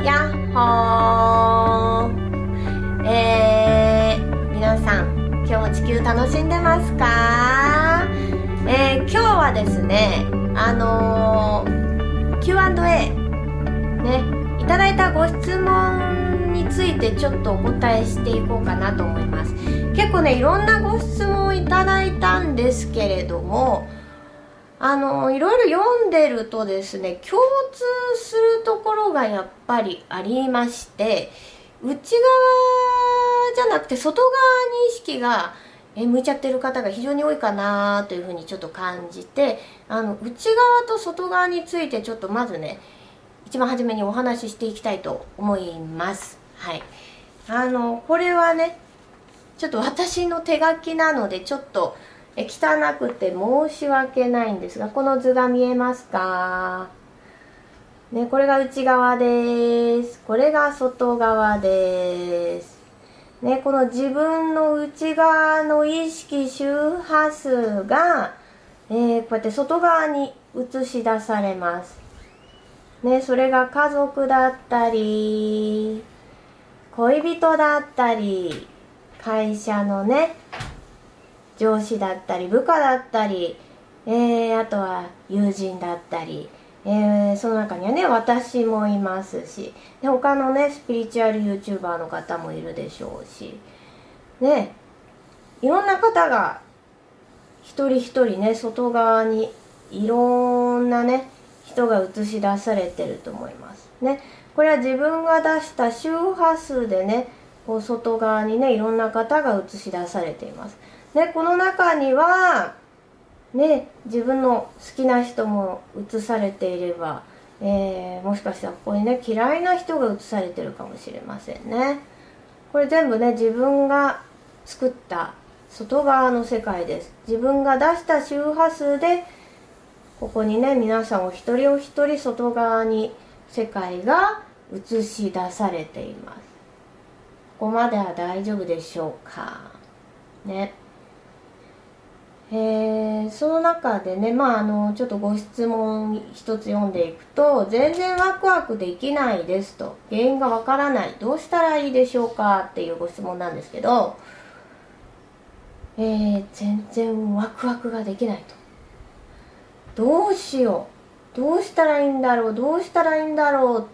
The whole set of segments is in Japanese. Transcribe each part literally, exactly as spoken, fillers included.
やっほー。えー、皆さん今日地球楽しんでますか？えー、今日はですね、あのー、キューアンドエー ね、いただいたご質問についてちょっとお答えしていこうかなと思います。結構ね、いろんなご質問をいただいたんですけれども、あのいろいろ読んでるとですね、共通するところがやっぱりありまして、内側じゃなくて外側に意識がえ向いちゃってる方が非常に多いかなというふうにちょっと感じて、あの内側と外側についてちょっとまずね、一番初めにお話ししていきたいと思います。はい、あのこれはね、ちょっと私の手書きなのでちょっとえ汚くて申し訳ないんですが、この図が見えますかね。これが内側です。これが外側ですね。この自分の内側の意識周波数が、えー、こうやって外側に映し出されますね。それが家族だったり恋人だったり会社のね上司だったり部下だったり、えー、あとは友人だったり、えー、その中にはね私もいますし、で他のねスピリチュアル YouTuber の方もいるでしょうしね、いろんな方が一人一人ね外側にいろんなね人が映し出されてると思いますね。これは自分が出した周波数でね、こう外側にねいろんな方が映し出されています。でこの中にはね、自分の好きな人も映されていれば、えー、もしかしたらここにね嫌いな人が映されてるかもしれませんね。これ全部ね自分が作った外側の世界です。自分が出した周波数でここにね皆さんお一人お一人外側に世界が映し出されています。ここまでは大丈夫でしょうかね。えー、その中でね、まあ、あのちょっとご質問一つ読んでいくと、全然ワクワクできないですと、原因がわからない、どうしたらいいでしょうかっていうご質問なんですけど、えー、全然ワクワクができないと、どうしよう、どうしたらいいんだろう、どうしたらいいんだろうって、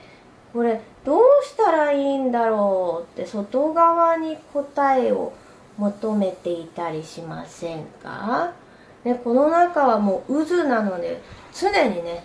これどうしたらいいんだろうって外側に答えを求めていたりしませんか、ね、この中はもう渦なので常にね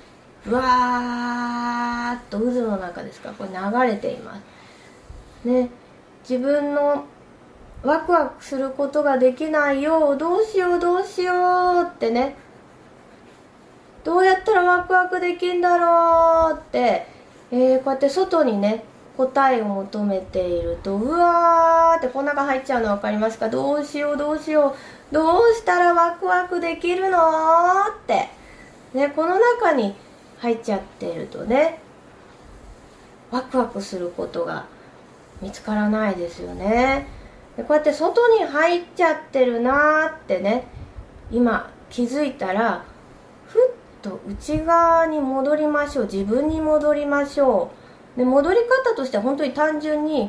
わーっと渦の中ですから、これ流れていますね。自分のワクワクすることができないよ、どうしようどうしようってね、どうやったらワクワクできんだろうって、えー、こうやって外にね答えを求めていると、うわーってこの中入っちゃうの分かりますか？どうしようどうしよう、どうしたらワクワクできるのって、ね、この中に入っちゃってるとね、ワクワクすることが見つからないですよね。でこうやって外に入っちゃってるなーってね、今気づいたらふっと内側に戻りましょう。自分に戻りましょう。で戻り方としては本当に単純に、ん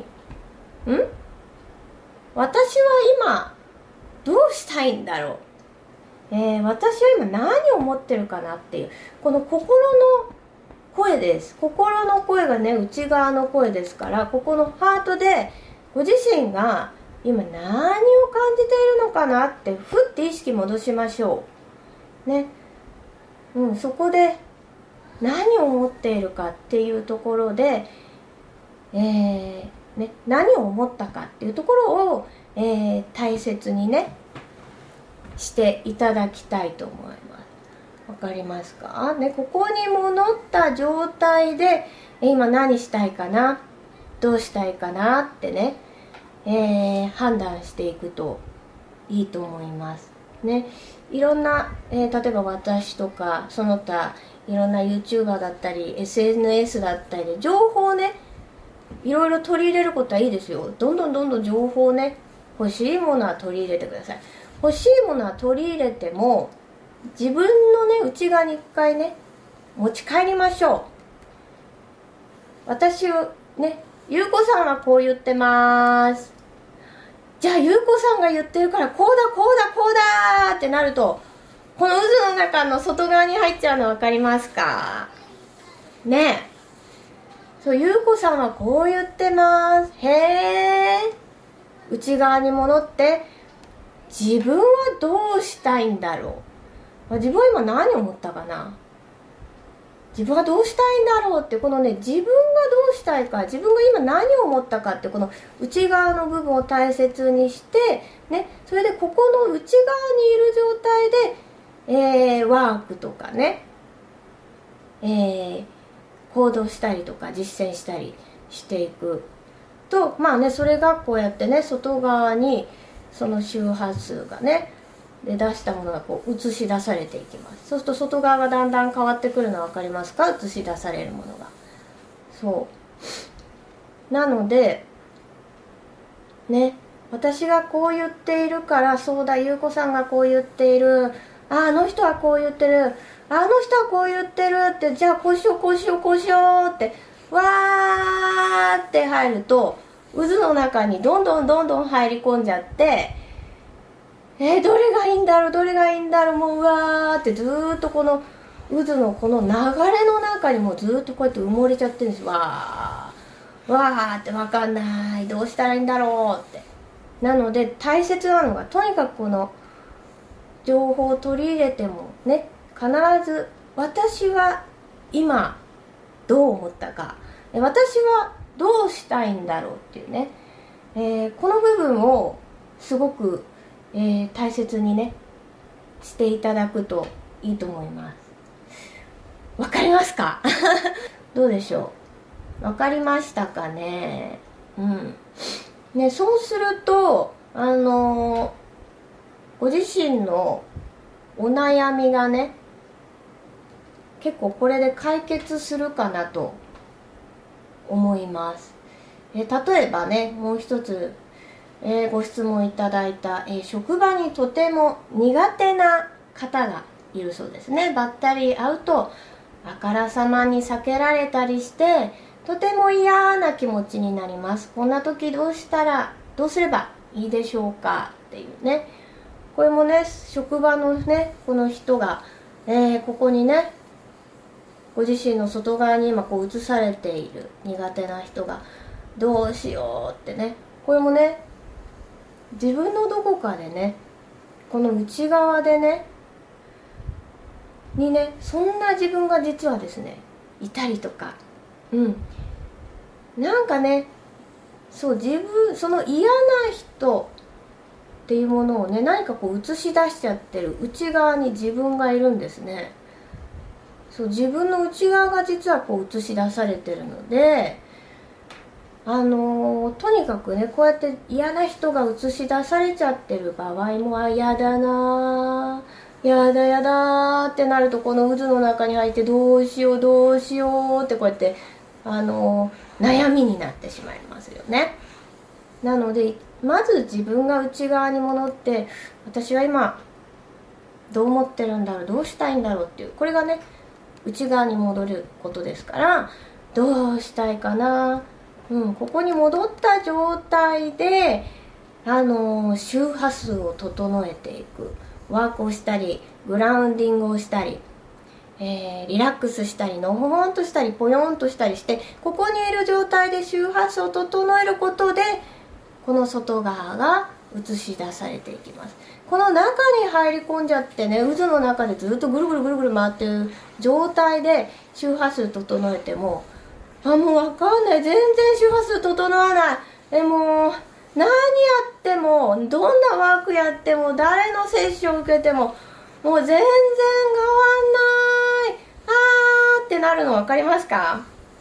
私は今どうしたいんだろう、えー、私は今何を思ってるかなっていう、この心の声です。心の声がね内側の声ですから、ここのハートでご自身が今何を感じているのかなってふって意識戻しましょうね。うん、そこで何を思っているかっていうところで、えーね、何を思ったかっていうところを、えー、大切にねしていただきたいと思います。わかりますかね。ここに戻った状態で今何したいかな、どうしたいかなってね、えー、判断していくといいと思いますね。いろんな、えー、例えば私とかその他いろんな YouTuber だったり エスエヌエス だったりで情報をねいろいろ取り入れることはいいですよ。どんどんどんどん情報をね、欲しいものは取り入れてください。欲しいものは取り入れても自分のね内側に一回ね持ち帰りましょ私をね、ゆうこさんはこう言ってます。じゃあゆうこさんが言ってるからこうだこうだこうだってなると、この渦の中の外側に入っちゃうの分かりますかね。えそう、ゆうこさんはこう言ってます。へえ。内側に戻って、自分はどうしたいんだろう、自分は今何思ったかな、自分はどうしたいんだろうって、このね、自分がどうしたいか、自分が今何を思ったかって、この内側の部分を大切にしてね、それでここの内側にいる状態で、えー、ワークとかね、えー、行動したりとか実践したりしていくと、まあね、それがこうやってね、外側にその周波数がねで出したものがこう映し出されていきます。そうすると外側がだんだん変わってくるの分かりますか？映し出されるものが。そうなのでね、私がこう言っているから、そうだ、ゆうこさんがこう言っている、ああの人はこう言ってる、あの人はこう言ってるって、じゃあこうしようこうしようこうしようってわーって入ると、渦の中にどんどんどんどん入り込んじゃって、えー、どれがいいんだろうどれがいいんだろう、もううわーってずーっとこの渦のこの流れの中にもうずーっとこうやって埋もれちゃってるんです。わーわーって分かんない、どうしたらいいんだろうって。なので大切なのが、とにかくこの情報を取り入れてもね、必ず私は今どう思ったか、私はどうしたいんだろうっていうね、えー、この部分をすごく、えー、大切にねしていただくといいと思います。わかりますか？どうでしょう、わかりましたかね。うんね、そうするとあのー、ご自身のお悩みがね結構これで解決するかなと思います。え例えばね、もう一つ、えー、ご質問いただいた、えー、職場にとても苦手な方がいるそうですね。ばったり会うとあからさまに避けられたりしてとても嫌な気持ちになります。こんな時どうしたらどうすればいいでしょうかっていうね、これもね、職場のねこの人が、えー、ここにねご自身の外側に今こう映されている苦手な人がどうしようってね、これもね自分のどこかでね、この内側でねにね、そんな自分が実はですねいたりとか、うんなんかね、そう自分その嫌な人っていうものをね、何かこう映し出しちゃってる内側に自分がいるんですね。そう自分の内側が実はこう映し出されてるので、あのー、とにかくね、こうやって嫌な人が映し出されちゃってる場合も、あ、やだなーやだやだーってなると、この渦の中に入ってどうしようどうしようってこうやって、あのー、悩みになってしまいますよね。なのでまず自分が内側に戻って、私は今どう思ってるんだろう、どうしたいんだろうっていう、これがね内側に戻ることですから、どうしたいかな、うん、ここに戻った状態で、あのー、周波数を整えていくワークをしたり、グラウンディングをしたり、えー、リラックスしたり、のほほんとしたり、ぽよんとしたりして、ここにいる状態で周波数を整えることで、この外側が映し出されていきます。この中に入り込んじゃってね、渦の中でずっとぐるぐるぐるぐる回ってる状態で周波数整えても、あ、もうわかんない、全然周波数整わない、えもう何やっても、どんなワークやっても、誰のセッション受けても、もう全然変わんない、あーってなるの分かりますか？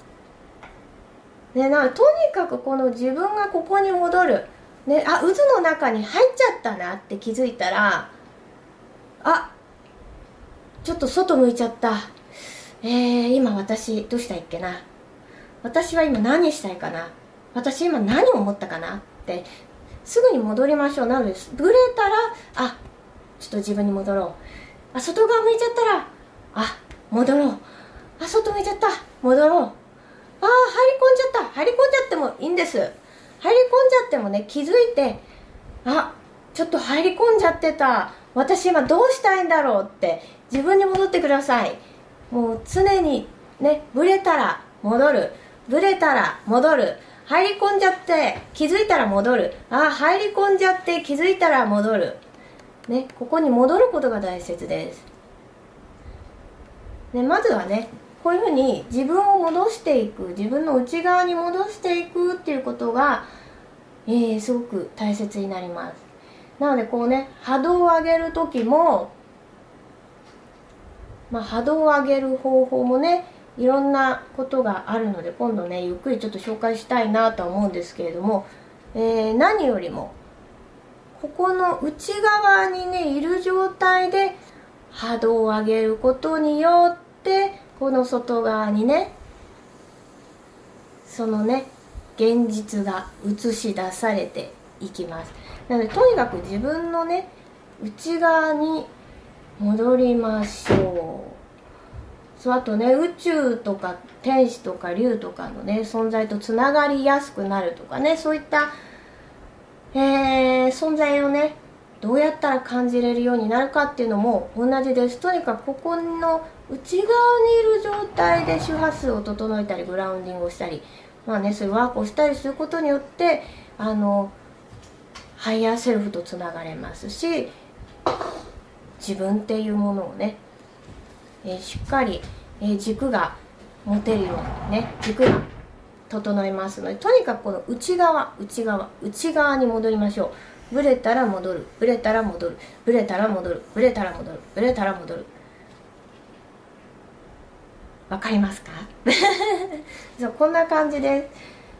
ね、なとにかくこの自分がここに戻る、ね、あ、渦の中に入っちゃったなって気づいたら、あ、ちょっと外向いちゃった、えー、今私どうしたいっけな、私は今何したいかな、私今何を思ったかなってすぐに戻りましょう。なのでブレたら、あ、ちょっと自分に戻ろう、あ、外側向いちゃったら、あ、戻ろう、あ、外向いちゃった、戻ろう、あ、入り込いいんです。入り込んじゃってもね、気づいて、あ、ちょっと入り込んじゃってた、私今どうしたいんだろうって自分に戻ってください。もう常にね、ブレたら戻る、ブレたら戻る、入り込んじゃって気づいたら戻る、あ、入り込んじゃって気づいたら戻る、ね、ここに戻ることが大切です、ね、まずはね、こういうふうに自分を戻していく、自分の内側に戻していくっていうことが、えー、すごく大切になります。なのでこうね、波動を上げる時も、まあ、波動を上げる方法もね、いろんなことがあるので、今度ねゆっくりちょっと紹介したいなとは思うんですけれども、えー、何よりもここの内側にねいる状態で波動を上げることによって、この外側にね、そのね現実が映し出されていきます。なのでとにかく自分のね内側に戻りましょう。そう、あとね、宇宙とか天使とか竜とかのね存在とつながりやすくなるとかね、そういった、えー、存在をねどうやったら感じれるようになるかっていうのも同じです。とにかくここの内側にいる状態で周波数を整えたりグラウンディングをしたり、まあね、そういうワークをしたりすることによって、あのハイヤーセルフとつながれますし、自分っていうものをね、えー、しっかり、えー、軸が持てるようにね、軸が整いますので、とにかくこの内側内側内側に戻りましょう。ブレたら戻る、ブレたら戻る、ブレたら戻る、ブレたら戻る、ブレたら戻る。わかりますか？そう、こんな感じです。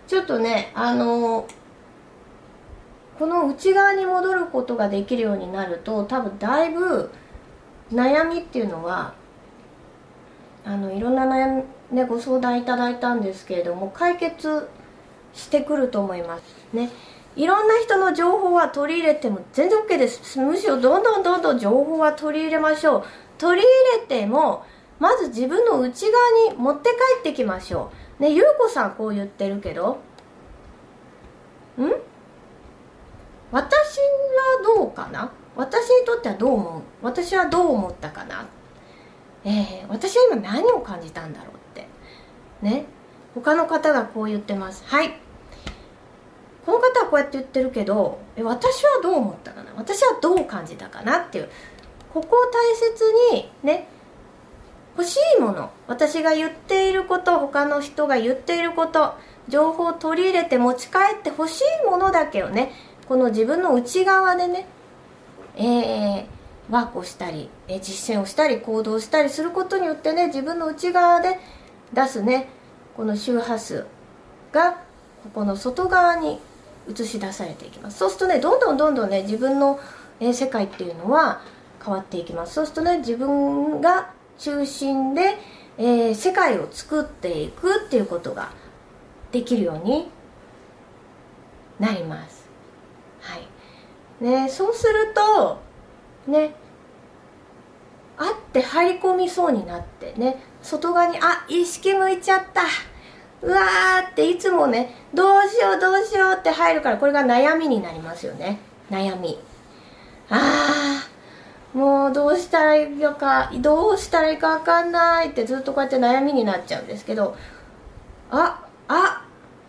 ちょっとね、あのー、この内側に戻ることができるようになると、多分だいぶ悩みっていうのは、あのいろんな悩み、ね、ご相談いただいたんですけれども、解決してくると思いますね。いろんな人の情報は取り入れても全然 OK です。むしろどんどんどんどん情報は取り入れましょう。取り入れてもまず自分の内側に持って帰ってきましょうね。ゆうこさんこう言ってるけど、ん私はどうかな、私にとってはどう思う、私はどう思ったかな、えー、私は今何を感じたんだろうってね。他の方がこう言ってます。はい、この方はこうやって言ってるけど、え私はどう思ったかな、私はどう感じたかなっていう、ここを大切にね、欲しいもの、私が言っていること、他の人が言っていること、情報を取り入れて持ち帰って欲しいものだけをね、この自分の内側でね、えー、ワークをしたり、え実践をしたり行動したりすることによってね、自分の内側で出すね、この周波数がここの外側に映し出されていきます。そうするとね、どんどんどんどんね、自分の、えー、世界っていうのは変わっていきます。そうするとね、自分が中心で、えー、世界を作っていくっていうことができるようになります。はいね、そうするとね、あって入り込みそうになってね、外側にあ意識向いちゃった、うわーっていつもね、どうしようどうしようって入るから、これが悩みになりますよね。悩み、あーもうどうしたらいいかどうしたらいいか分かんないってずっとこうやって悩みになっちゃうんですけど、ああ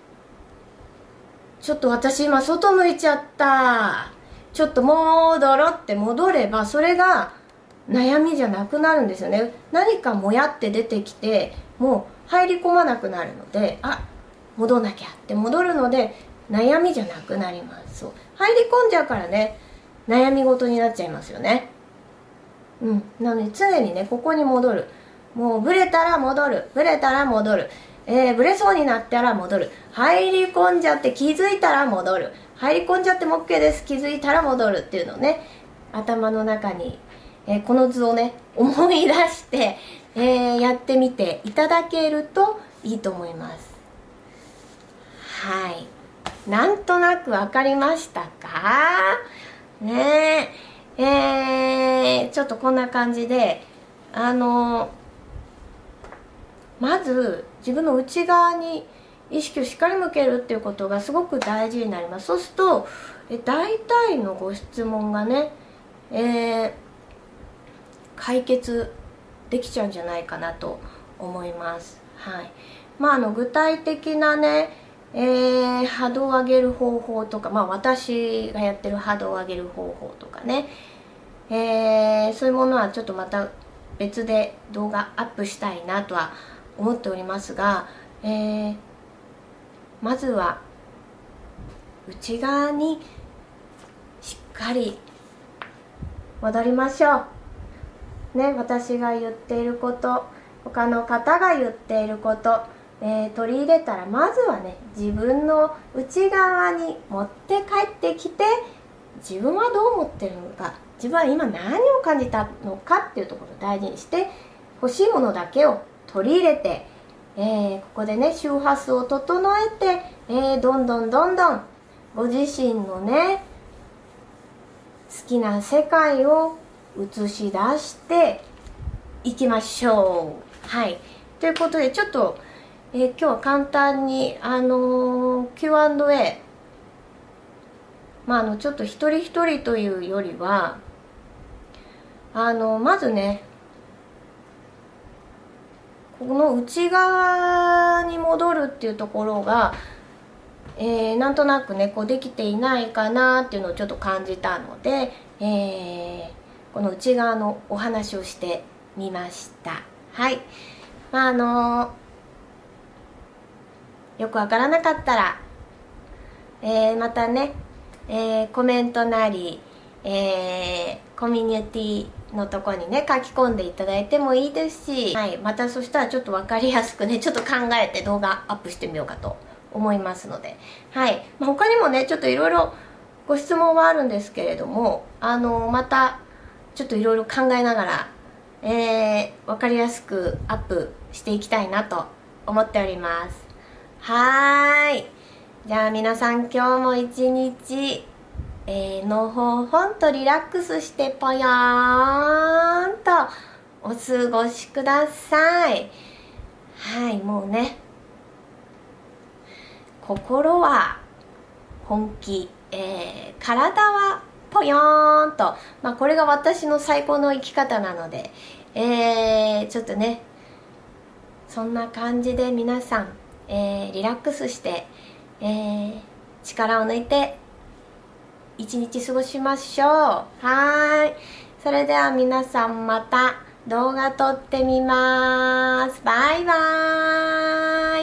ちょっと私今外向いちゃった、ちょっと戻ろって戻れば、それが悩みじゃなくなるんですよね。何かもやって出てきてもう入り込まなくなるので、あ戻んなきゃって戻るので悩みじゃなくなります。そう入り込んじゃうからね、悩み事になっちゃいますよね。うんなので常にね、ここに戻る、もうブレたら戻る、ブレたら戻る、えー、ブレそうになったら戻る、入り込んじゃって気づいたら戻る、入り込んじゃっても OK です、気づいたら戻るっていうのをね、頭の中に、えー、この図をね思い出して、えー、やってみていただけるといいと思います。はい、なんとなく分かりましたかねえ、えー、ちょっとこんな感じで、あのまず自分の内側に意識をしっかり向けるっていうことがすごく大事になります。そうするとえ大体のご質問がね、えー、解決できちゃうんじゃないかなと思います。はい。まああの具体的なね、えー、波動を上げる方法とか、まあ私がやってる波動を上げる方法とかね、えー、そういうものはちょっとまた別で動画アップしたいなとは思っておりますが、えー、まずは内側にしっかり戻りましょうね。私が言っていること、他の方が言っていること、えー、取り入れたら、まずはね自分の内側に持って帰ってきて、自分はどう思ってるのか、自分は今何を感じたのかっていうところを大事にして、欲しいものだけを取り入れて、えー、ここでね周波数を整えて、えー、どんどんどんどんご自身のね好きな世界を映し出していきましょう。はい、ということでちょっと、えー、今日は簡単にあのー、キューアンドエー、まああのちょっと一人一人というよりは、あのまずねこの内側に戻るっていうところが、えー、なんとなくねこうできていないかなっていうのをちょっと感じたので、えー、この内側のお話をしてみました。はい、まああのー、よくわからなかったら、えー、またね、えー、コメントなり、えー、コミュニティのとこにね書き込んでいただいてもいいですし、はい、またそしたらちょっと分かりやすくねちょっと考えて動画アップしてみようかと思いますので、はい、まあ、他にもねちょっといろいろご質問はあるんですけれども、あのまたちょっといろいろ考えながら、えー、分かりやすくアップしていきたいなと思っております。はーい、じゃあ皆さん今日も一日えー、のほほんとリラックスしてぽよーんとお過ごしください。はい、もうね心は本気、えー、体はぽよーんと、まあ、これが私の最高の生き方なので、えー、ちょっとねそんな感じで皆さん、えー、リラックスして、えー、力を抜いて一日過ごしましょう。はーい、それでは皆さんまた動画撮ってみます。バイバーイ。